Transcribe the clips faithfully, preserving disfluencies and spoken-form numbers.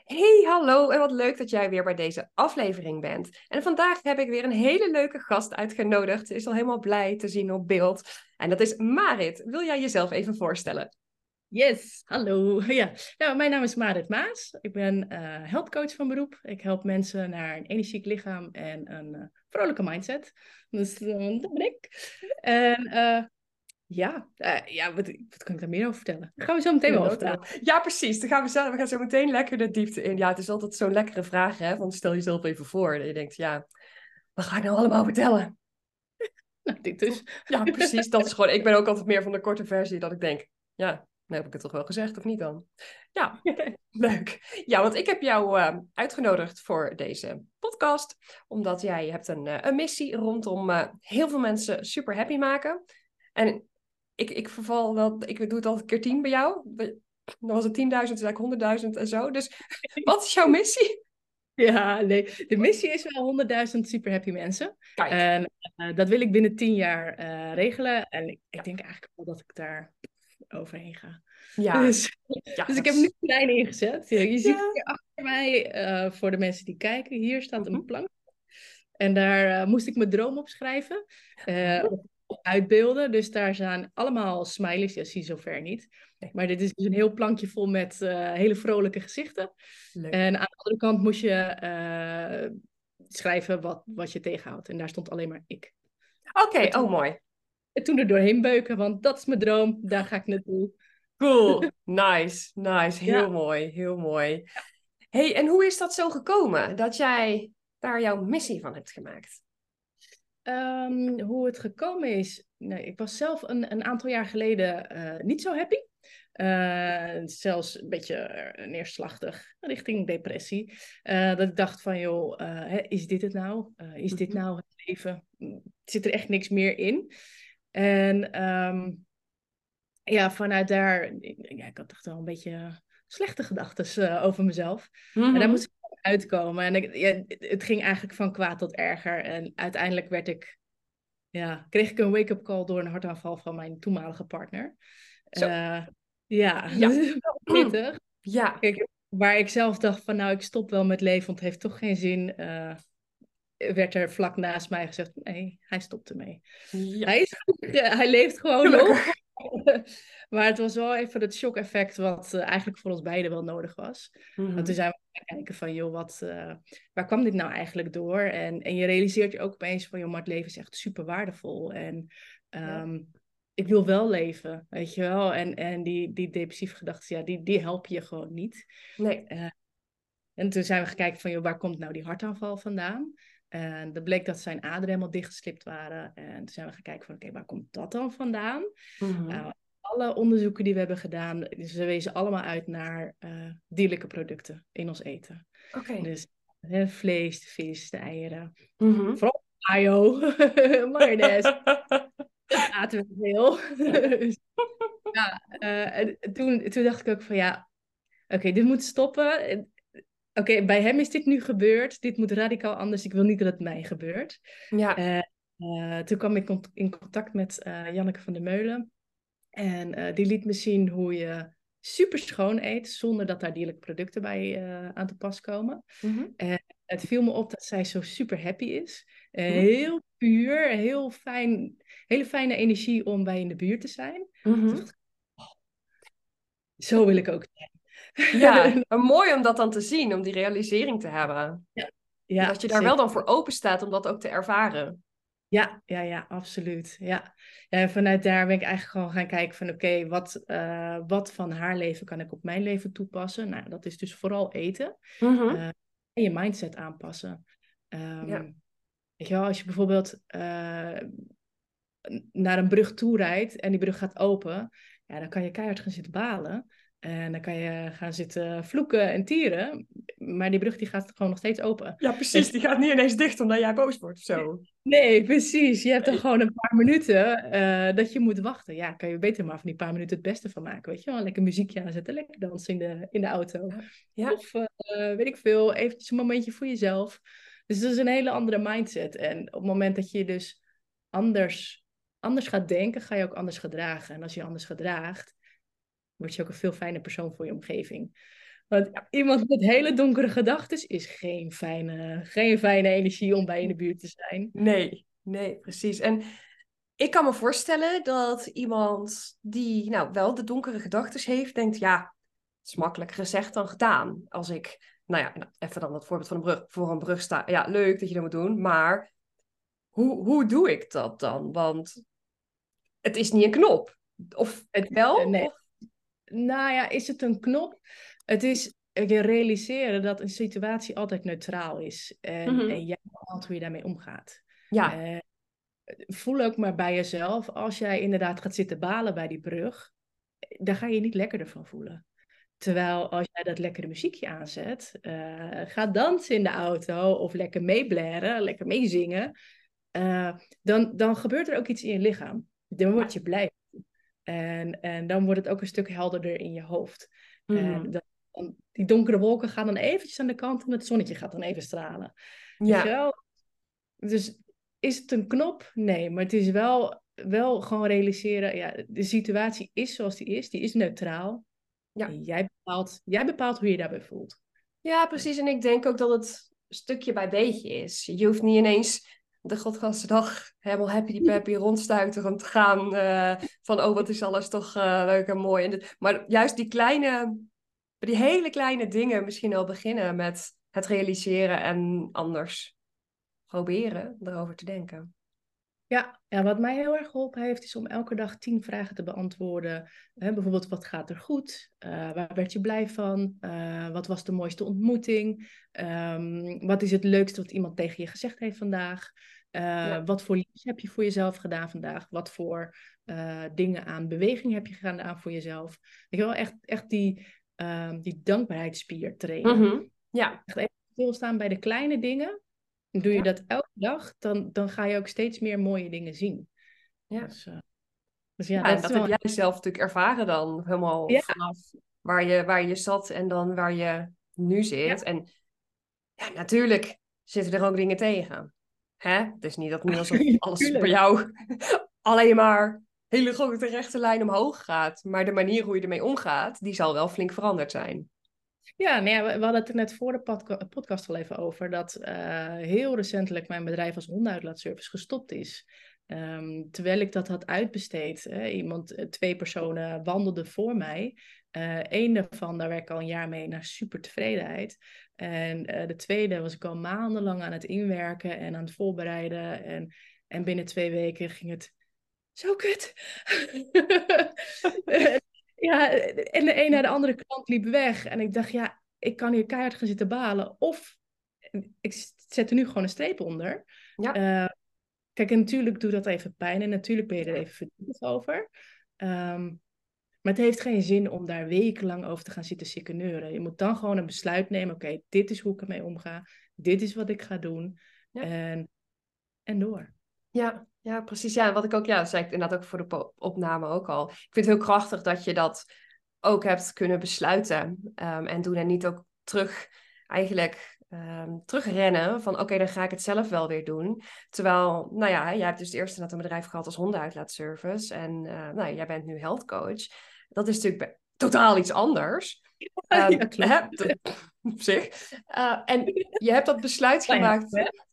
Hey, hallo en wat leuk dat jij weer bij deze aflevering bent. En vandaag heb ik weer een hele leuke gast uitgenodigd. Ze is al helemaal blij te zien op beeld. En dat is Marit. Wil jij jezelf even voorstellen? Yes, hallo. Ja, nou, mijn naam is Marit Maas. Ik ben eh healthcoach van beroep. Ik help mensen naar een energiek lichaam en een eh, vrolijke mindset. Dus eh, dat ben ik. En eh, ja, eh, ja wat, wat kan ik daar meer over vertellen? Daar gaan we zo meteen In een wel over notendop. praten. Ja, precies. Dan gaan we, zo, we gaan zo meteen lekker de diepte in. Ja, het is altijd zo'n lekkere vraag, hè? Want stel jezelf even voor. Dat je denkt, ja, wat ga ik nou allemaal vertellen? Nou, dit dus. Ja, precies. Dat is gewoon. Ik ben ook altijd meer van de korte versie. Dat ik denk, ja, dan heb ik het toch wel gezegd, of niet dan? Ja, leuk. Ja, want ik heb jou eh, uitgenodigd voor deze podcast, omdat jij hebt een, eh, een missie rondom eh, heel veel mensen super happy maken. En ik, ik verval wel, ik doe het altijd keer tien bij jou. Dan was het tienduizend, toen zei ik honderdduizend en zo. Dus wat is jouw missie? Ja, nee. De missie is wel honderdduizend super happy mensen. Kijk, En eh, dat wil ik binnen tien jaar eh, regelen. En ik, ik ja, denk eigenlijk wel dat ik daar overheen ga. ja, Dus, ja, dus ik dat heb hem nu is. klein ingezet. Je, je ziet het Ja. hier achter mij, eh, voor de mensen die kijken. Hier staat een Mhm. plank. En daar eh, moest ik mijn droom opschrijven. eh, of of uitbeelden. Dus daar zijn allemaal smileys. Ja, zie je zover niet. Nee, Maar dit is dus een heel plankje vol met eh, hele vrolijke gezichten. leuk. En aan de andere kant moest je eh, schrijven wat, wat je tegenhoudt. En daar stond alleen maar ik. Oké, En oh toen, mooi. en toen er doorheen beuken, want dat is mijn droom. Daar ga ik naartoe. Cool, nice, nice, heel Ja. mooi, heel mooi. Hey, en hoe is dat zo gekomen dat jij daar jouw missie van hebt gemaakt? Ehm, hoe het gekomen is. Nee, ik was zelf een, een aantal jaar geleden eh, niet zo happy. Eh, zelfs een beetje eh, neerslachtig richting depressie. Eh, dat ik dacht van, joh, eh, hè, is dit het nou? Eh, is dit Mhm. nou het leven? Zit er echt niks meer in? En ehm, ja, vanuit daar, ja, ik had echt wel een beetje slechte gedachten over mezelf. En daar Mhm. moest ik uitkomen. En ik, ja, het ging eigenlijk van kwaad tot erger. En uiteindelijk werd ik, ja, kreeg ik een wake-up call door een hartaanval van mijn toenmalige partner. Zo, Eh, ja, dat ja. is wel pittig. Ja, Kijk, waar ik zelf dacht van, nou, ik stop wel met leven, want het heeft toch geen zin. eh, werd er vlak naast mij gezegd, nee, hij stopt ermee. ja, Hij, is, hij leeft gewoon nog. gelukkig. Maar het was wel even het shock-effect wat uh, eigenlijk voor ons beiden wel nodig was. Want toen Mhm. zijn we gaan kijken van, joh, wat, uh, waar kwam dit nou eigenlijk door? En, en je realiseert je ook opeens van, joh, maar het leven is echt super waardevol. En Ja, um, ik wil wel leven, weet je wel? En, en die, die depressieve gedachten, ja, die, die helpen je gewoon niet. nee. Uh, en toen zijn we gaan kijken van, joh, waar komt nou die hartaanval vandaan? En dat bleek dat zijn aderen helemaal dichtgeslipt waren. En toen zijn we gaan kijken van, oké, okay, waar komt dat dan vandaan? Mhm. Nou, alle onderzoeken die we hebben gedaan, ze wezen allemaal uit naar uh, dierlijke producten in ons eten. Oké. Dus hè, vlees, de vis, de eieren. Mhm. Vooral mayo, mayonaise. Dat aten we veel. Dus, ja, uh, en toen, toen dacht ik ook van ja, oké, okay, dit moet stoppen. Oké, okay, bij hem is dit nu gebeurd. Dit moet radicaal anders. Ik wil niet dat het mij gebeurt. Ja. Uh, uh, toen kwam ik in contact met uh, Janneke van der Meulen. En uh, die liet me zien hoe je super schoon eet, zonder dat daar dierlijke producten bij uh, aan te pas komen. Mhm. En het viel me op dat zij zo super happy is. Uh, Mhm. heel puur, heel fijn, hele fijne energie om bij in de buurt te zijn. Toen Mhm. dacht ik, oh, zo wil ik ook zijn. Ja, maar mooi om dat dan te zien, om die realisering te hebben. Ja, En ja, dat je daar wel zeker. dan voor open staat om dat ook te ervaren. Ja, ja, ja, absoluut. Ja. Ja, en vanuit daar ben ik eigenlijk gewoon gaan kijken van oké, okay, wat, uh, wat van haar leven kan ik op mijn leven toepassen? Nou, dat is dus vooral eten. Mhm. Uh, en je mindset aanpassen. Ja. Um, weet je wel, als je bijvoorbeeld uh, naar een brug toe rijdt en die brug gaat open, ja, dan kan je keihard gaan zitten balen. En dan kan je gaan zitten vloeken en tieren. Maar die brug die gaat gewoon nog steeds open. Ja, Weet precies. je? Die gaat niet ineens dicht omdat jij boos wordt of zo. Nee, precies. Je hebt dan Nee. gewoon een paar minuten uh, dat je moet wachten. Ja, kan je beter maar van die paar minuten het beste van maken. Weet je wel, lekker muziekje aanzetten, lekker dansen in de, in de auto. Ja. Ja. Of uh, weet ik veel, eventjes een momentje voor jezelf. Dus dat is een hele andere mindset. En op het moment dat je dus anders, anders gaat denken, ga je ook anders gedragen. En als je anders gedraagt, word je ook een veel fijner persoon voor je omgeving. Want Ja. iemand met hele donkere gedachten is geen fijne, geen fijne energie om bij in de buurt te zijn. Nee, nee, precies. En ik kan me voorstellen dat iemand die nou wel de donkere gedachten heeft, denkt, ja, het is makkelijker gezegd dan gedaan. Als ik, nou ja, nou, even dan dat voorbeeld van een brug, voor een brug sta. Ja, leuk dat je dat moet doen, maar hoe, hoe doe ik dat dan? Want het is niet een knop. Of Het, wel? nee, Of... nou ja, is het een knop? Het is je realiseren dat een situatie altijd neutraal is. En, Mhm. en jij bepaalt hoe je daarmee omgaat. Ja, Eh, voel ook maar bij jezelf, als jij inderdaad gaat zitten balen bij die brug, dan ga je je niet lekkerder van voelen. Terwijl als jij dat lekkere muziekje aanzet, uh, ga dansen in de auto of lekker meeblaren, lekker meezingen, uh, dan, dan gebeurt er ook iets in je lichaam. Dan word ja. je blij. En, en dan wordt het ook een stuk helderder in je hoofd. En Mhm. dan, dan, die donkere wolken gaan dan eventjes aan de kant en het zonnetje gaat dan even stralen. Weet je Ja, wel? Dus is het een knop? Nee, maar het is wel, wel gewoon realiseren, ja, de situatie is zoals die is, die is neutraal. ja. En jij bepaalt, jij bepaalt hoe je je daarbij voelt. Ja, precies. En ik denk ook dat het stukje bij beetje is. Je hoeft niet ineens de godganse dag helemaal happy peppy rondstuiteren te gaan. eh, van, oh, wat is alles toch eh, leuk en mooi. En dit- maar juist die kleine, die hele kleine dingen misschien al beginnen met het realiseren en anders proberen erover te denken. Ja, ja, wat mij heel erg geholpen heeft, is om elke dag tien vragen te beantwoorden. Hè, bijvoorbeeld, wat gaat er goed? Uh, waar werd je blij van? Uh, wat was de mooiste ontmoeting? Um, wat is het leukste wat iemand tegen je gezegd heeft vandaag? Uh, Ja. wat voor liefs heb je voor jezelf gedaan vandaag? Wat voor uh, dingen aan beweging heb je gedaan voor jezelf? Ik wil echt, echt die, uh, die dankbaarheidsspier trainen. Mhm. Ja. Echt even stilstaan bij de kleine dingen. En doe je Ja. dat elke dag, dan, dan ga je ook steeds meer mooie dingen zien. Ja. Dus, uh, dus ja, Ja, en dat is dat heb wel... jij zelf natuurlijk ervaren dan, helemaal Ja, vanaf waar je, waar je zat en dan waar je nu ja, zit. En ja, natuurlijk zitten er ook dingen tegen. Hè? Het is niet dat nu alsof alles bij natuurlijk. jou alleen maar hele grote rechte lijn omhoog gaat. Maar de manier hoe je ermee omgaat, die zal wel flink veranderd zijn. Ja, nee, we, we hadden het er net voor de podca- podcast al even over, dat uh, heel recentelijk mijn bedrijf als hondenuitlaatservice gestopt is. Um, terwijl ik dat had uitbesteed. Hè, iemand, twee personen wandelden voor mij. Eén uh, daarvan, daar werk ik al een jaar mee, naar super tevredenheid. En uh, de tweede was ik al maandenlang aan het inwerken en aan het voorbereiden. En, en binnen twee weken ging het zo kut. Ja, en de een naar de andere klant liep weg. En ik dacht, ja, ik kan hier keihard gaan zitten balen. Of ik zet er nu gewoon een streep onder. Ja. Uh, kijk, en natuurlijk doet dat even pijn. En natuurlijk ben je er even verdrietig over. Um, maar het heeft geen zin om daar wekenlang over te gaan zitten sikkeneuren. Je moet dan gewoon een besluit nemen. Oké, okay, dit is hoe ik ermee omga. Dit is wat ik ga doen. Ja. En, en door. Ja, ja, precies. Ja, en wat ik ook, ja, dat zei ik inderdaad ook voor de opname ook al. Ik vind het heel krachtig dat je dat ook hebt kunnen besluiten um, en doen en niet ook terug, eigenlijk um, terugrennen van oké, okay, dan ga ik het zelf wel weer doen. Terwijl, nou ja, jij hebt dus eerst inderdaad een bedrijf gehad als hondenuitlaatservice en uh, nou, jij bent nu health coach. Dat is natuurlijk totaal iets anders. Um, Ja, klopt. Hè, de, op zich. Uh, en je hebt dat besluit gemaakt.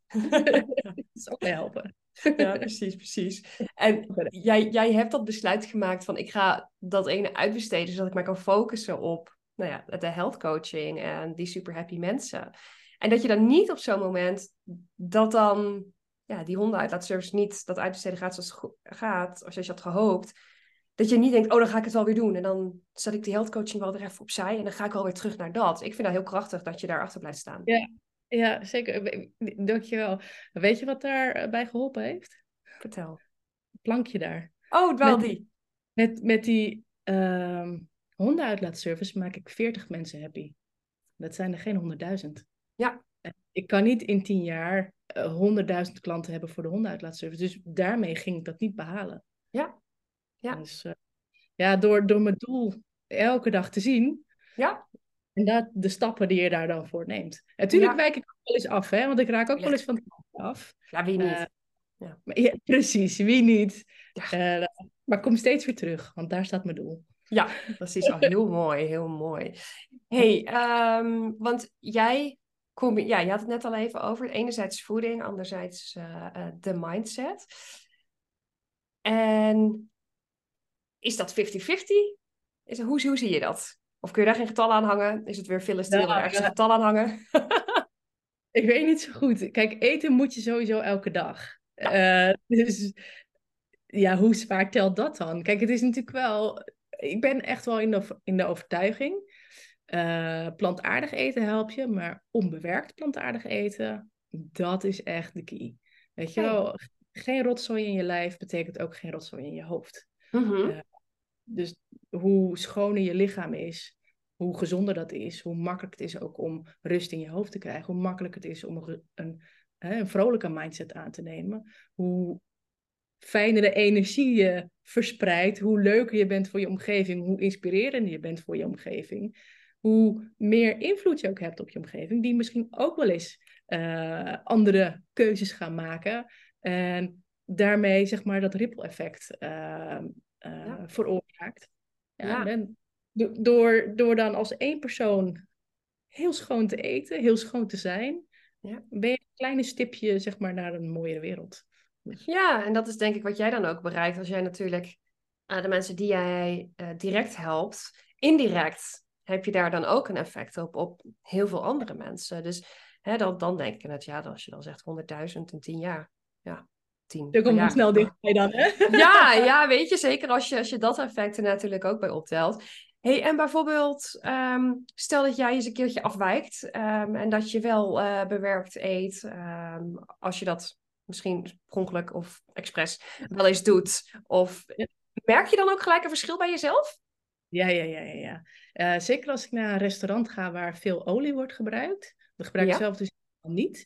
Dat zal mij helpen. Ja, precies, precies. En jij, jij hebt dat besluit gemaakt van ik ga dat ene uitbesteden zodat ik mij kan focussen op nou ja, de health coaching en die super happy mensen. En dat je dan niet op zo'n moment dat dan ja, die hondenuitlaatservice niet dat uitbesteden gaat zoals het go- gaat, als je had gehoopt. Dat je niet denkt, oh dan ga ik het wel weer doen. En dan zet ik die health coaching wel weer even opzij en dan ga ik wel weer terug naar dat. Ik vind dat heel krachtig dat je daarachter blijft staan. Ja, ja, zeker. Dankjewel. Weet je wat daarbij geholpen heeft? Vertel. Het plankje daar. Oh, wel Met, die. met, met die um, hondenuitlaatservice maak ik veertig mensen happy. Dat zijn er geen honderdduizend. Ja. Ik kan niet in tien jaar uh, honderdduizend klanten hebben voor de hondenuitlaatservice. Dus daarmee ging ik dat niet behalen. Ja. Ja. Dus uh, ja, door, door mijn doel elke dag te zien. Ja. En dat, de stappen die je daar dan voor neemt. Natuurlijk Ja. wijk ik ook wel eens af, hè? Want ik raak ook wel eens van het af. Ja, wie niet? Uh, ja. Maar, ja, precies, wie niet? Ja. Uh, maar kom steeds weer terug, want daar staat mijn doel. Ja, precies. Oh, heel mooi, heel mooi. Hey, ehm, want jij, kom, ja, je had het net al even over. Enerzijds voeding, anderzijds eh, eh, de mindset. En is dat vijftig vijftig? Is, hoe, hoe zie je dat? Of kun je daar geen getal aan hangen? Is het weer Phyllis, die wil er Nou, ergens een ja, getal aan hangen? ik weet niet zo goed. Kijk, eten moet je sowieso elke dag. Ja. Eh, dus ja, hoe zwaar telt dat dan? Kijk, het is natuurlijk wel... Ik ben echt wel in de, in de overtuiging. eh, plantaardig eten helpt je, maar onbewerkt plantaardig eten, dat is echt de key. Weet je Hey. wel, geen rotzooi in je lijf betekent ook geen rotzooi in je hoofd. Mhm. Eh, dus hoe schoner je lichaam is, hoe gezonder dat is, hoe makkelijk het is ook om rust in je hoofd te krijgen, hoe makkelijk het is om een, een, een vrolijke mindset aan te nemen, hoe fijnere energie je verspreidt, hoe leuker je bent voor je omgeving, hoe inspirerender je bent voor je omgeving, hoe meer invloed je ook hebt op je omgeving, die misschien ook wel eens uh, andere keuzes gaan maken en daarmee zeg maar dat ripple effect uh, uh, Ja. veroorzaakt. Ja, Ja. en do- door, door dan als één persoon heel schoon te eten, heel schoon te zijn, Ja. ben je een kleine stipje zeg maar naar een mooiere wereld. Dus. Ja, en dat is denk ik wat jij dan ook bereikt als jij natuurlijk uh, de mensen die jij uh, direct helpt, indirect heb je daar dan ook een effect op, op heel veel andere mensen. Dus hè, dan, dan denk ik net, ja, als je dan zegt honderdduizend in tien jaar, ja, tien Er per komt nog jaar. snel dichtbij dan, hè? Ja, ja, weet je, zeker als je, als je dat effect er natuurlijk ook bij optelt. Hey, en bijvoorbeeld, um, stel dat jij eens een keertje afwijkt um, en dat je wel uh, bewerkt eet, um, als je dat misschien per ongeluk of expres wel eens doet. Of Ja, merk je dan ook gelijk een verschil bij jezelf? ja, ja, ja. ja. Uh, zeker als ik naar een restaurant ga waar veel olie wordt gebruikt. Dat gebruik ik Ja, zelf dus niet.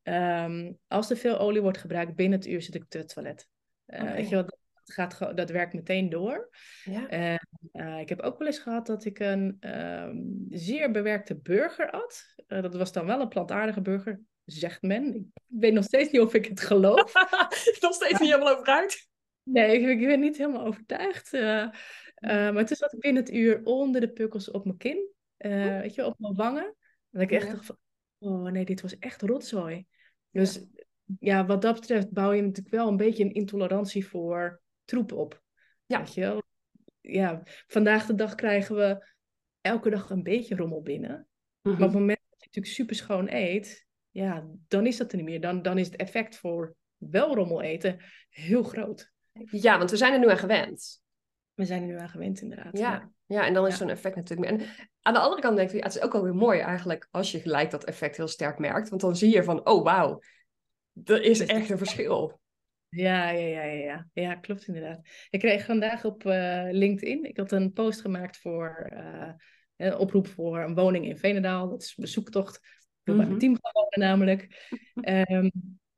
Um, als er veel olie wordt gebruikt, binnen het uur zit ik op het toilet. Uh, oké. weet je wel, dat, gaat, dat werkt meteen door. Ja, Uh, uh, ik heb ook wel eens gehad dat ik een um, zeer bewerkte burger at. Uh, dat was dan wel een plantaardige burger, zegt men. Ik weet nog steeds niet of ik het geloof. nog steeds niet helemaal over uit. Nee, ik, ik ben niet helemaal overtuigd. Uh, uh, maar toen zat ik binnen het uur onder de pukkels op mijn kin. Uh, weet je, op mijn wangen. Dat ik echt Ja, dacht van, oh nee, dit was echt rotzooi. ja, Dus ja, wat dat betreft bouw je natuurlijk wel een beetje een intolerantie voor troep op. ja. Weet je wel? Ja, vandaag de dag krijgen we elke dag een beetje rommel binnen. Maar op Mm-hmm. het moment dat je natuurlijk super schoon eet, ja, dan is dat er niet meer. Dan, dan is het effect voor wel rommel eten heel groot. Ja, want we zijn er nu aan gewend. We zijn er nu aan gewend, inderdaad. Ja, Ja, ja, en dan is ja. zo'n effect natuurlijk meer. En aan de andere kant denk ik, ja, het is ook wel weer mooi eigenlijk als je gelijk dat effect heel sterk merkt. Want dan zie je van, oh wauw, er is Dus, echt een verschil. ja, ja, ja, ja, ja. Ja, klopt inderdaad. Ik kreeg vandaag op uh, LinkedIn, ik had een post gemaakt voor uh, een oproep voor een woning in Veenendaal. Dat is een bezoektocht. Ik wil bij mijn Mm-hmm. team gaan wonen namelijk. Um,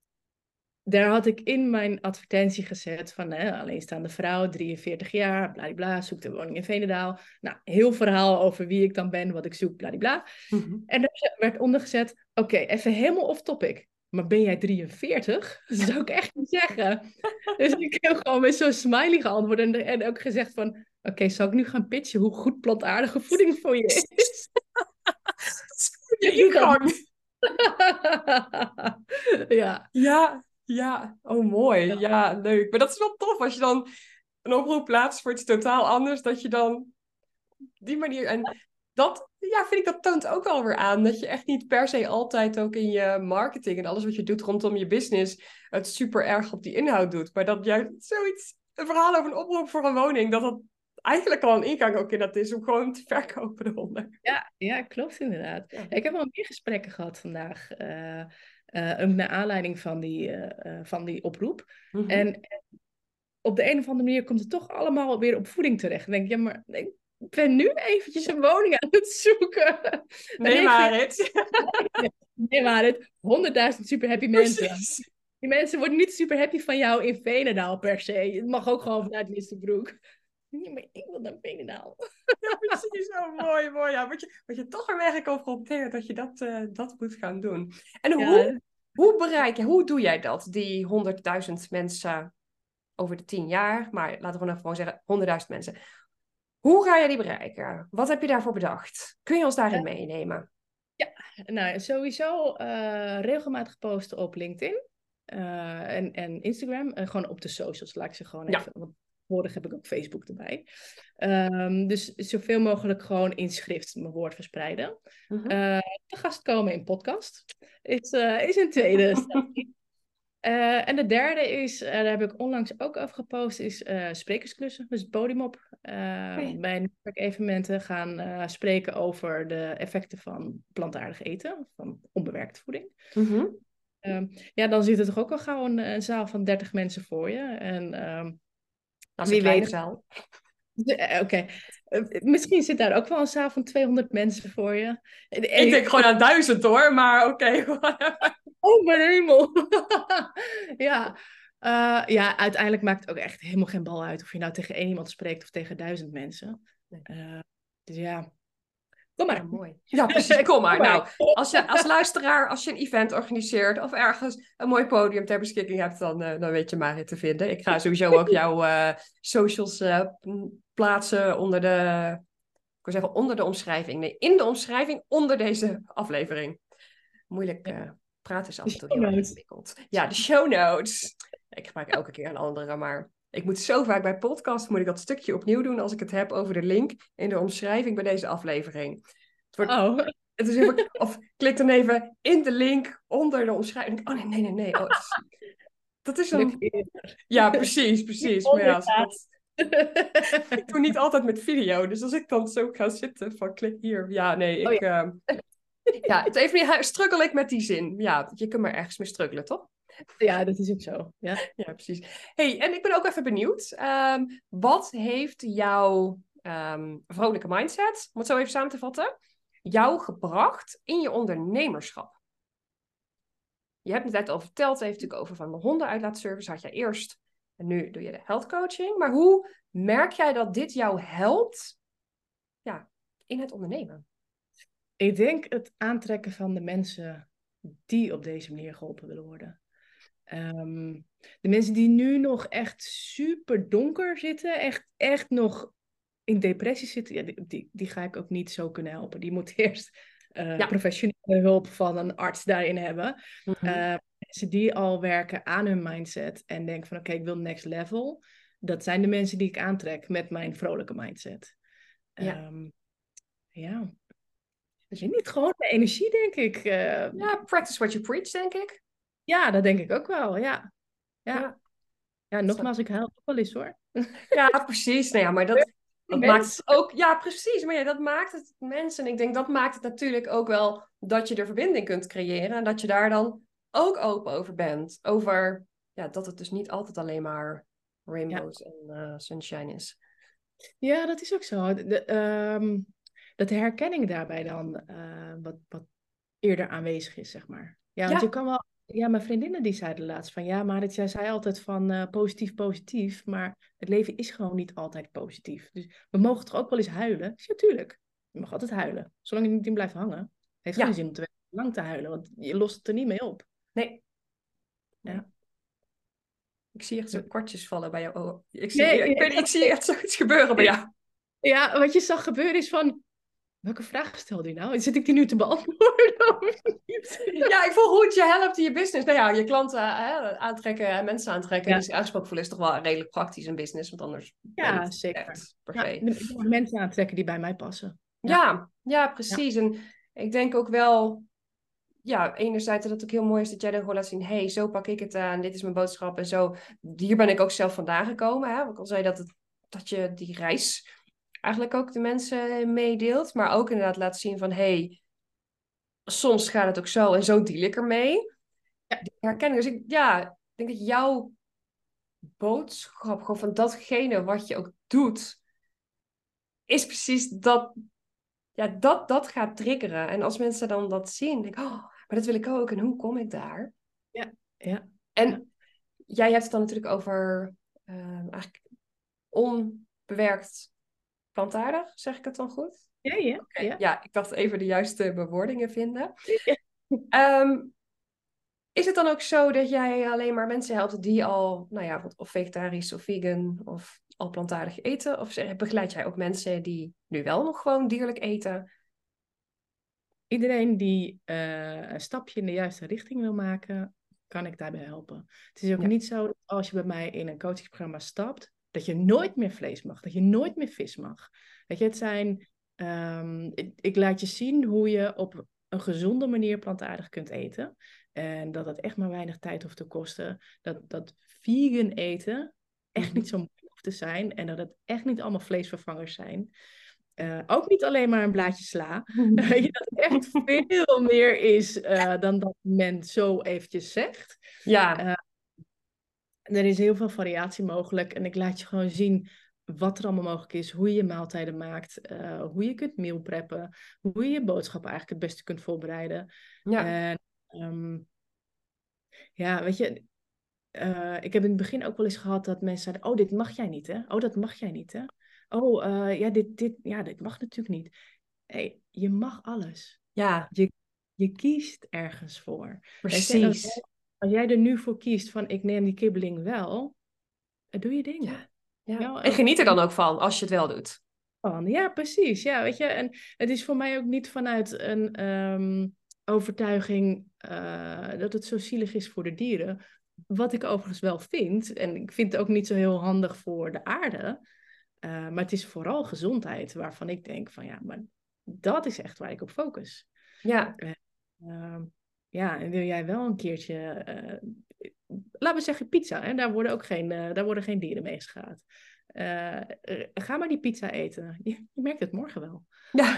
Daar had ik in mijn advertentie gezet van hè, alleenstaande vrouw, drieënveertig jaar, bladibla, zoekt een woning in Veenendaal. Nou, heel verhaal over wie ik dan ben, wat ik zoek, bladibla. Mm-hmm. En daar werd ondergezet, oké, okay, even helemaal off topic. Maar ben jij drieënveertig? Dat zou ik echt niet zeggen. Dus ik heb gewoon met zo'n smiley geantwoord en, en ook gezegd van, oké, okay, zal ik nu gaan pitchen hoe goed plantaardige voeding voor je is? Je ingang. Ja. Ja, ja. Oh, mooi. Ja, leuk. Maar dat is wel tof als je dan een oproep plaatst voor iets totaal anders, dat je dan die manier... En dat, ja, vind ik, dat toont ook wel weer aan dat je echt niet per se altijd ook in je marketing en alles wat je doet rondom je business het super erg op die inhoud doet. Maar dat juist zoiets, een verhaal over een oproep voor een woning, dat dat eigenlijk al een ingang ook in dat is om gewoon te verkopen eronder. Ja, ja, klopt inderdaad. Ja. Ja, ik heb wel meer gesprekken gehad vandaag, uh, uh, ook naar aanleiding van die, uh, uh, van die oproep. Mm-hmm. En op de een of andere manier komt het toch allemaal weer op voeding terecht. Dan denk ik, ja, maar ik ben nu eventjes een woning aan het zoeken. Nee, maar het. Nee, maar het. honderdduizend super happy mensen. Precies. Die mensen worden niet super happy van jou in Veenendaal per se. Het mag ook gewoon vanuit Listenbroek. Nee, maar ik wil naar Veenendaal. Ja, precies. Oh, mooi, mooi. Ja, wat, je, wat je toch er weer geconfronteerd dat je dat, uh, dat moet gaan doen. En Ja. hoe, hoe bereik je, hoe doe jij dat? Die honderdduizend mensen over de tien jaar, maar laten we gewoon zeggen honderdduizend mensen. Hoe ga je die bereiken? Wat heb je daarvoor bedacht? Kun je ons daarin Uh, meenemen? ja, nou sowieso uh, regelmatig posten op LinkedIn uh, en, en Instagram. Uh, gewoon op de socials, laat ik ze gewoon Ja. even. Want tegenwoordig heb ik ook Facebook erbij. Um, dus zoveel mogelijk gewoon in schrift mijn woord verspreiden. Mm-hmm. Uh, te gast komen in podcast is, uh, is een tweede strategie. Uh, en de derde is, uh, daar heb ik onlangs ook over gepost, is uh, sprekersklussen. Dus het podium op. Uh, okay. Bij netwerkevenementen gaan uh, spreken over de effecten van plantaardig eten, van onbewerkte voeding. Mm-hmm. Um, ja, dan zit er toch ook al gauw een, een zaal van dertig mensen voor je. En um, dat is een kleine zaal. Oké, okay. uh, misschien zit daar ook wel een zaal van tweehonderd mensen voor je. En ik denk gewoon aan duizend hoor, maar oké. Okay. Oh, mijn hemel. ja. Uh, ja, uiteindelijk maakt het ook echt helemaal geen bal uit of je nou tegen één iemand spreekt of tegen duizend mensen. Uh, dus ja, kom maar. Ja, mooi. Ja, precies, kom maar. Nou, als je als luisteraar, als je een event organiseert of ergens een mooi podium ter beschikking hebt, dan, uh, dan weet je Marit te vinden. Ik ga sowieso ook jouw uh, socials uh, plaatsen onder de, ik wil zeggen onder de omschrijving. Nee, in de omschrijving onder deze aflevering. Moeilijk uh, praten is af en toe heel erg ingewikkeld. Ja, de show notes. Ik gebruik elke keer een andere, maar ik moet zo vaak bij podcast, moet ik dat stukje opnieuw doen als ik het heb over de link in de omschrijving bij deze aflevering. Het wordt, oh. het is even, of klik dan even in de link onder de omschrijving. Oh nee, nee, nee, nee. Oh, is, dat is een... Ja, precies, precies. Maar ja, als ik dat... ik doe niet altijd met video, dus als ik dan zo ga zitten van klik hier. Ja, nee, ik... Oh, ja. Uh... ja, het even meer struggle ik met die zin. Ja, je kunt maar ergens mee struggelen, toch? Ja, dat is ook zo. Ja, ja precies. Hey, en ik ben ook even benieuwd. Um, wat heeft jouw um, vrolijke mindset, om het zo even samen te vatten, jou gebracht in je ondernemerschap? Je hebt het net al verteld, het heeft natuurlijk over van de hondenuitlaatservice had jij eerst. En nu doe je de health coaching. Maar hoe merk jij dat dit jou helpt ja, in het ondernemen? Ik denk het aantrekken van de mensen die op deze manier geholpen willen worden. Um, de mensen die nu nog echt super donker zitten, echt, echt nog in depressie zitten, ja, die, die, die ga ik ook niet zo kunnen helpen. Die moet eerst uh, ja. professionele hulp van een arts daarin hebben. Mm-hmm. Uh, mensen die al werken aan hun mindset en denken van oké, okay, ik wil next level. Dat zijn de mensen die ik aantrek met mijn vrolijke mindset. Ja. Um, ja. Dus niet gewoon de energie, denk ik. Uh, ja, practice what you preach, denk ik. Ja, dat denk ik ook wel, ja. Ja, ja. ja nogmaals, ik huil ook wel eens hoor. Ja, precies. Nou ja, maar dat, dat maakt het ook... Ja, precies. Maar ja, dat maakt het mensen. En ik denk, dat maakt het natuurlijk ook wel dat je de verbinding kunt creëren. En dat je daar dan ook open over bent. Over ja, dat het dus niet altijd alleen maar rainbows ja. en uh, sunshine is. Ja, dat is ook zo. De, um, dat de herkenning daarbij dan uh, wat, wat eerder aanwezig is, zeg maar. Ja, want ja. je kan wel... Ja, mijn vriendinnen die zeiden laatst van... Ja, maar jij zei altijd van uh, positief, positief. Maar het leven is gewoon niet altijd positief. Dus we mogen toch ook wel eens huilen? Ja, tuurlijk. Je mag altijd huilen. Zolang je niet in blijft hangen. Het heeft ja. geen zin om te lang te huilen. Want je lost het er niet mee op. Nee. Ja. nee. Ik zie echt zo kwartjes vallen bij jou. Oh, ik, zie, nee, ik, ik, weet, ik zie echt zoiets gebeuren bij jou. Ja, wat je zag gebeuren is van... Welke vraag stelde je nou? Zit ik die nu te beantwoorden of niet? Ja, ik voel hoe het je helpt in je business. Nou ja, je klanten hè, aantrekken en mensen aantrekken. Ja. Die zich uitgesproken voelen is toch wel redelijk praktisch in business. Want anders ja, ben je zeker. echt per se. Ja, ik mag mensen aantrekken die bij mij passen. Ja, ja, ja precies. Ja. En ik denk ook wel... Ja, enerzijds dat het ook heel mooi is dat jij dan gewoon laat zien... Hé, hey, zo pak ik het aan. Dit is mijn boodschap en zo. Hier ben ik ook zelf vandaan gekomen. Hè? Ik al zei dat, het, dat je die reis... eigenlijk ook de mensen meedeelt. Maar ook inderdaad laat zien van... Hey, soms gaat het ook zo en zo deal ik ermee. Ja. Die herkenning. Dus ik, ja, ik denk dat jouw boodschap... gewoon van datgene wat je ook doet... is precies dat... Ja, dat, dat gaat triggeren. En als mensen dan dat zien... denk ik, oh, maar dat wil ik ook. En hoe kom ik daar? Ja, ja. En ja. jij hebt het dan natuurlijk over... Uh, eigenlijk onbewerkt... plantaardig, zeg ik het dan goed? Ja, ja, okay. ja. Ja, ik dacht even de juiste bewoordingen vinden. Ja. Um, is het dan ook zo dat jij alleen maar mensen helpt die al, nou ja, of vegetarisch of vegan of al plantaardig eten? Of zeg- begeleid jij ook mensen die nu wel nog gewoon dierlijk eten? Iedereen die eh, een stapje in de juiste richting wil maken, kan ik daarbij helpen. Het is ook Ja. niet zo dat als je bij mij in een coachingsprogramma stapt, dat je nooit meer vlees mag, dat je nooit meer vis mag. Weet je, het zijn, ehm, ik, ik laat je zien hoe je op een gezonde manier plantaardig kunt eten. En dat het echt maar weinig tijd hoeft te kosten. Dat, dat vegan eten echt Mhm. niet zo moeilijk hoeft te zijn. En dat het echt niet allemaal vleesvervangers zijn. Uh, ook niet alleen maar een blaadje sla. Uh, dat het echt veel meer is uh, dan dat men zo eventjes zegt. Ja. Uh, er is heel veel variatie mogelijk. En ik laat je gewoon zien wat er allemaal mogelijk is. Hoe je je maaltijden maakt. Uh, hoe je kunt meal preppen. Hoe je je boodschappen eigenlijk het beste kunt voorbereiden. Ja. En um, ja, weet je... Uh, ik heb in het begin ook wel eens gehad dat mensen zeiden... Oh, dit mag jij niet, hè? Oh, dat mag jij niet, hè? Oh, uh, ja, dit, dit, ja, dit mag natuurlijk niet. Hey, je mag alles. Ja. Je, je kiest ergens voor. Precies. Als jij, als jij er nu voor kiest van ik neem die kibbeling wel, doe je ding. Ja. Ja. Ja, En geniet er dan ook van als je het wel doet. Van. Ja, precies. Ja, weet je, en het is voor mij ook niet vanuit een um, overtuiging uh, dat het zo zielig is voor de dieren. Wat ik overigens wel vind, en ik vind het ook niet zo heel handig voor de aarde, uh, maar het is vooral gezondheid waarvan ik denk van ja, maar dat is echt waar ik op focus. Ja. Uh, uh, ja, en wil jij wel een keertje, uh, laten we zeggen pizza, hè? Daar worden ook geen, uh, daar worden geen dieren mee geschaad. Uh, ga maar die pizza eten. Je, je merkt het morgen wel. Ja.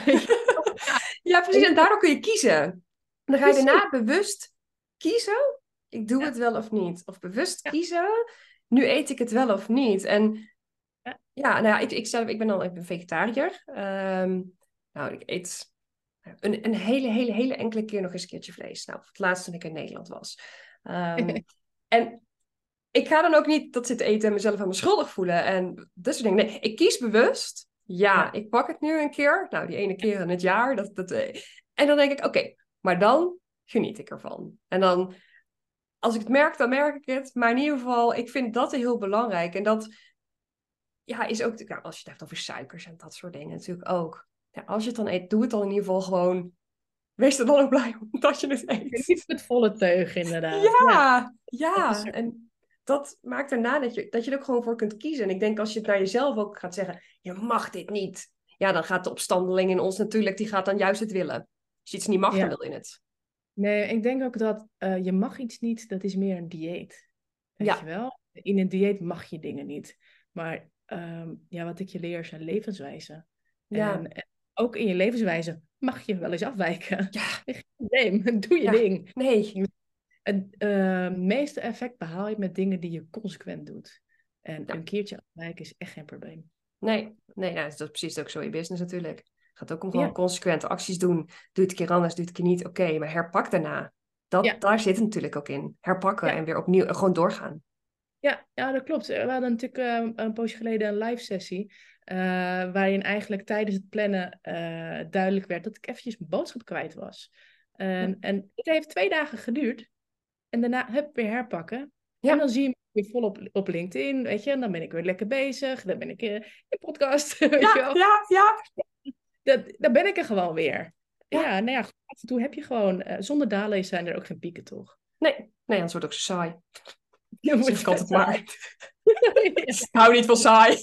Ja, precies. En daardoor kun je kiezen. Dan ga je daarna bewust kiezen. Ik doe ja. het wel of niet. Of bewust ja. kiezen. Nu eet ik het wel of niet. En ja, ja nou ja, ik, ik, zelf, ik ben al ik ben vegetariër. Um, nou, ik eet een, een hele, hele, hele enkele keer nog eens een keertje vlees. Nou, het laatste toen ik in Nederland was. Um, en ik ga dan ook niet dat zitten eten en mezelf aan me schuldig voelen. En dat soort dingen. Nee, ik kies bewust. Ja, ja, ik pak het nu een keer. Nou, die ene keer in het jaar. Dat, dat, en dan denk ik, oké, okay, maar dan geniet ik ervan. En dan, als ik het merk, dan merk ik het. Maar in ieder geval, ik vind dat heel belangrijk. En dat ja, is ook, nou, als je het hebt over suikers en dat soort dingen natuurlijk ook. Ja, als je het dan eet, doe het dan in ieder geval gewoon. Wees er dan ook blij om dat je het eet. Niet met volle teug, inderdaad. Ja, ja. ja. En dat maakt erna dat je, dat je er ook gewoon voor kunt kiezen. En ik denk als je het naar jezelf ook gaat zeggen, je mag dit niet. Ja, dan gaat de opstandeling in ons natuurlijk, die gaat dan juist het willen. Als je iets niet mag, ja. dan wil je het. Nee, ik denk ook dat uh, je mag iets niet, dat is meer een dieet. Weet ja. je wel? In een dieet mag je dingen niet. Maar um, ja, wat ik je leer zijn levenswijzen. Ja. En, en ook in je levenswijze mag je wel eens afwijken. Ja. Geen probleem, doe je ja. ding. Nee. Het uh, meeste effect behaal je met dingen die je consequent doet. En ja. een keertje afwijken is echt geen probleem. Nee, nee nou, dat is precies ook zo in business natuurlijk. Het gaat ook om gewoon ja. consequente acties doen. Doe het een keer anders, doe het een keer niet. Oké, okay, maar herpak daarna. Dat, ja. Daar zit het natuurlijk ook in. Herpakken ja. en weer opnieuw, gewoon doorgaan. Ja, ja, dat klopt. We hadden natuurlijk uh, een poosje geleden een live sessie. Uh, waarin eigenlijk tijdens het plannen uh, duidelijk werd dat ik eventjes mijn boodschap kwijt was. Uh, ja. En het heeft twee dagen geduurd. En daarna hup, weer herpakken. Ja. En dan zie je me weer volop op LinkedIn, weet je. En dan ben ik weer lekker bezig. Dan ben ik uh, in podcast, weet ja, je wel. Ja, ja. Dat, dan ben ik er gewoon weer. Ja, ja nou ja, af en toe heb je gewoon... Uh, zonder dalen zijn er ook geen pieken, toch? Nee, nee, anders wordt het ook zo saai. Dan zeg ik altijd maar. Ik hou niet van saai.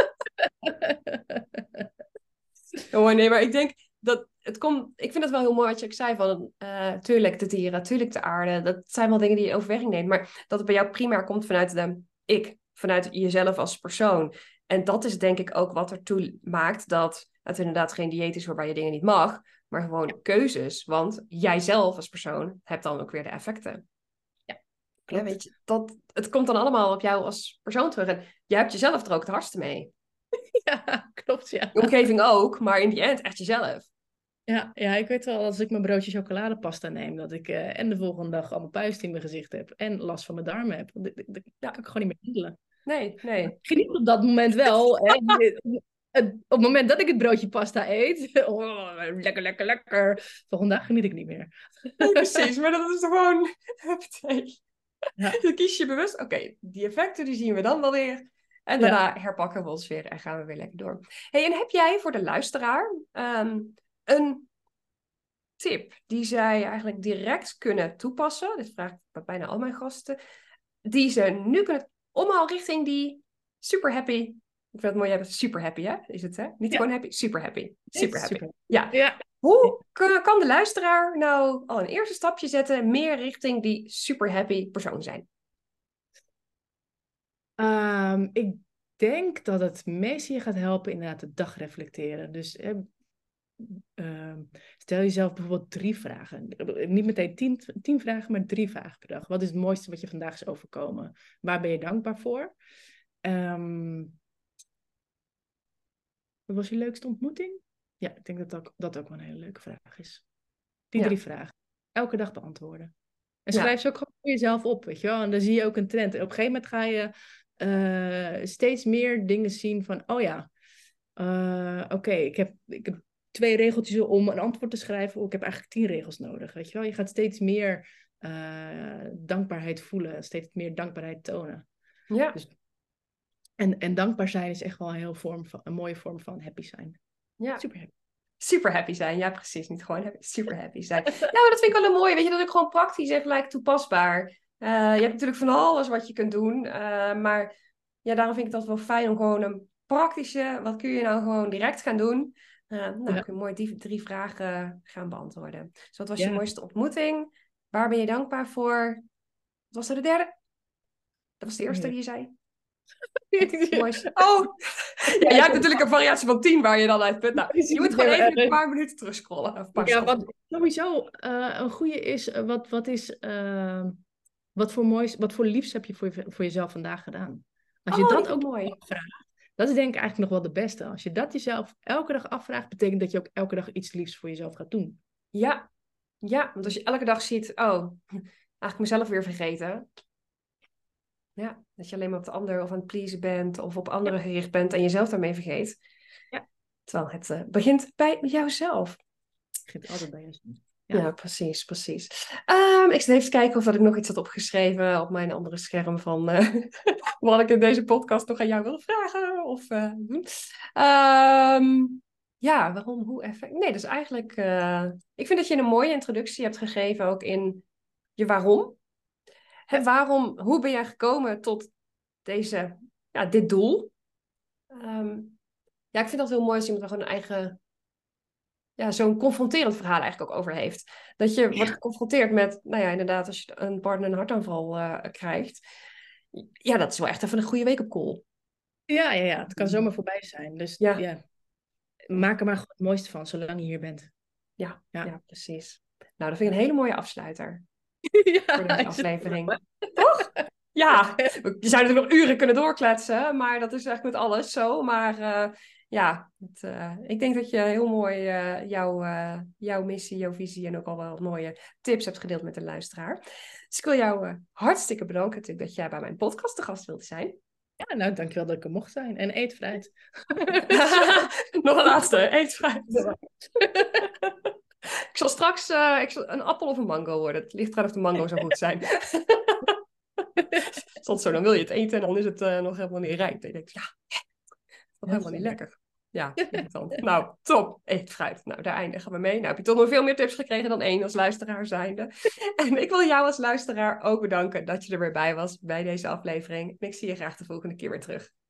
Oh, nee, maar ik denk dat het komt... Ik vind het wel heel mooi wat je ook zei van... Uh, tuurlijk de dieren, tuurlijk de aarde. Dat zijn wel dingen die je in overweging neemt. Maar dat het bij jou primair komt vanuit de ik. Vanuit jezelf als persoon. En dat is denk ik ook wat ertoe maakt dat het inderdaad geen dieet is waarbij je dingen niet mag. Maar gewoon keuzes. Want jijzelf als persoon hebt dan ook weer de effecten. Ja, weet je, dat, het komt dan allemaal op jou als persoon terug. En jij hebt jezelf er ook het hardste mee. Ja, klopt, ja. De omgeving ook, maar in die end echt jezelf. Ja, ja, ik weet wel, als ik mijn broodje chocoladepasta neem, dat ik uh, en de volgende dag allemaal puist in mijn gezicht heb. En last van mijn darmen heb. Dat, dat, dat ja. kan ik gewoon niet meer handelen. Nee, nee. Ik geniet op dat moment wel. Hè. Op het moment dat ik het broodje pasta eet, oh, lekker, lekker, lekker. Volgende dag geniet ik niet meer. Nee, precies, maar dat is toch gewoon... Ja. Dan kies je bewust, oké, okay, die effecten die zien we dan wel weer. En daarna ja. herpakken we ons weer en gaan we weer lekker door. Hey, en heb jij voor de luisteraar um, een tip die zij eigenlijk direct kunnen toepassen? Dit vraag ik bij bijna al mijn gasten. Die ze nu kunnen omhoog richting die super happy. Ik vind het mooi, jij bent super happy, hè? Is het, hè? Niet ja. gewoon happy, super happy. Super happy. Super. Ja. ja. Hoe kan de luisteraar nou al een eerste stapje zetten meer richting die super happy persoon zijn? Um, ik denk dat het meest je gaat helpen inderdaad de dag reflecteren. Dus eh, uh, stel jezelf bijvoorbeeld drie vragen. Niet meteen tien, tien vragen, maar drie vragen per dag. Wat is het mooiste wat je vandaag is overkomen? Waar ben je dankbaar voor? Um, wat was je leukste ontmoeting? Ja, ik denk dat dat, dat ook wel een hele leuke vraag is. Die ja. drie vragen. Elke dag beantwoorden. En schrijf ja. ze ook gewoon voor jezelf op, weet je wel. En dan zie je ook een trend. En op een gegeven moment ga je uh, steeds meer dingen zien van... Oh ja, uh, oké, okay, ik, heb, ik heb twee regeltjes om een antwoord te schrijven. Oh, ik heb eigenlijk tien regels nodig, weet je wel. Je gaat steeds meer uh, dankbaarheid voelen. Steeds meer dankbaarheid tonen. Ja. Dus, en, en dankbaar zijn is echt wel een, heel vorm van, een mooie vorm van happy zijn. Ja. Super happy. Super happy zijn, ja precies. Niet gewoon happy, super happy zijn. Ja, maar dat vind ik wel een mooie. Weet je, dat is ook gewoon praktisch en gelijk toepasbaar. Uh, je hebt natuurlijk van alles wat je kunt doen. Uh, maar ja, daarom vind ik dat wel fijn om gewoon een praktische... Wat kun je nou gewoon direct gaan doen? Uh, nou, ja. kun je mooi die drie vragen gaan beantwoorden. Dus wat was ja. je mooiste ontmoeting? Waar ben je dankbaar voor? Wat was er de derde? Dat was de eerste ja. die je zei. Oh, ja, jij hebt natuurlijk een variatie van tien waar je dan uit bent. Nou, je moet gewoon even een paar minuten terugscrollen. Of paar ja, wat sowieso uh, een goede is, uh, wat, wat is, uh, wat voor moois, wat voor liefs heb je voor, je voor jezelf vandaag gedaan? Als je oh, dat ook mooi. afvraagt, dat is denk ik eigenlijk nog wel de beste. Als je dat jezelf elke dag afvraagt, betekent dat je ook elke dag iets liefs voor jezelf gaat doen. Ja, ja, want als je elke dag ziet, oh, eigenlijk mezelf weer vergeten. Ja, dat je alleen maar op de ander of aan het pleasen bent of op anderen ja. gericht bent en jezelf daarmee vergeet. Ja. Terwijl het uh, begint bij jouzelf. Het begint altijd bij jezelf. Ja, ja precies, precies. Um, ik zit even te kijken of dat ik nog iets had opgeschreven op mijn andere scherm van uh, wat ik in deze podcast nog aan jou wil vragen. Of, uh, um, ja, waarom, hoe, effect? Nee, dus eigenlijk, uh, ik vind dat je een mooie introductie hebt gegeven ook in je waarom. En waarom, hoe ben jij gekomen tot deze, ja, dit doel? Um, ja, ik vind dat heel mooi als iemand er gewoon een eigen, ja, zo'n confronterend verhaal eigenlijk ook over heeft. Dat je ja. wordt geconfronteerd met, nou ja, inderdaad, als je een partner een hartaanval uh, krijgt. Ja, dat is wel echt even een goede wake-up call. Ja, ja, ja, het kan zomaar voorbij zijn. Dus ja, ja. maak er maar het mooiste van, zolang je hier bent. Ja, ja. ja precies. Nou, dat vind ik een hele mooie afsluiter. Ja, voor deze aflevering. Toch? Ja, je zou natuurlijk nog uren kunnen doorkletsen, maar dat is eigenlijk met alles zo. Maar uh, ja, het, uh, ik denk dat je heel mooi uh, jouw, uh, jouw missie, jouw visie en ook al wel mooie tips hebt gedeeld met de luisteraar. Dus ik wil jou uh, hartstikke bedanken natuurlijk dat jij bij mijn podcast te gast wilde zijn. Ja, nou, dankjewel dat ik er mocht zijn. En eet fruit. Nog een laatste, eet fruit. Ik zal straks uh, ik zal een appel of een mango worden. Het ligt eraan of de mango zou goed zijn. Soms zo, dan wil je het eten en dan is het uh, nog helemaal niet rijp. Dan denk je, ja, dat is helemaal niet lekker. Ja, dan. Nou, top. Eet fruit. Nou, daar eindigen we mee. Nou, heb je toch nog veel meer tips gekregen dan één als luisteraar zijnde. En ik wil jou als luisteraar ook bedanken dat je er weer bij was bij deze aflevering. En ik zie je graag de volgende keer weer terug.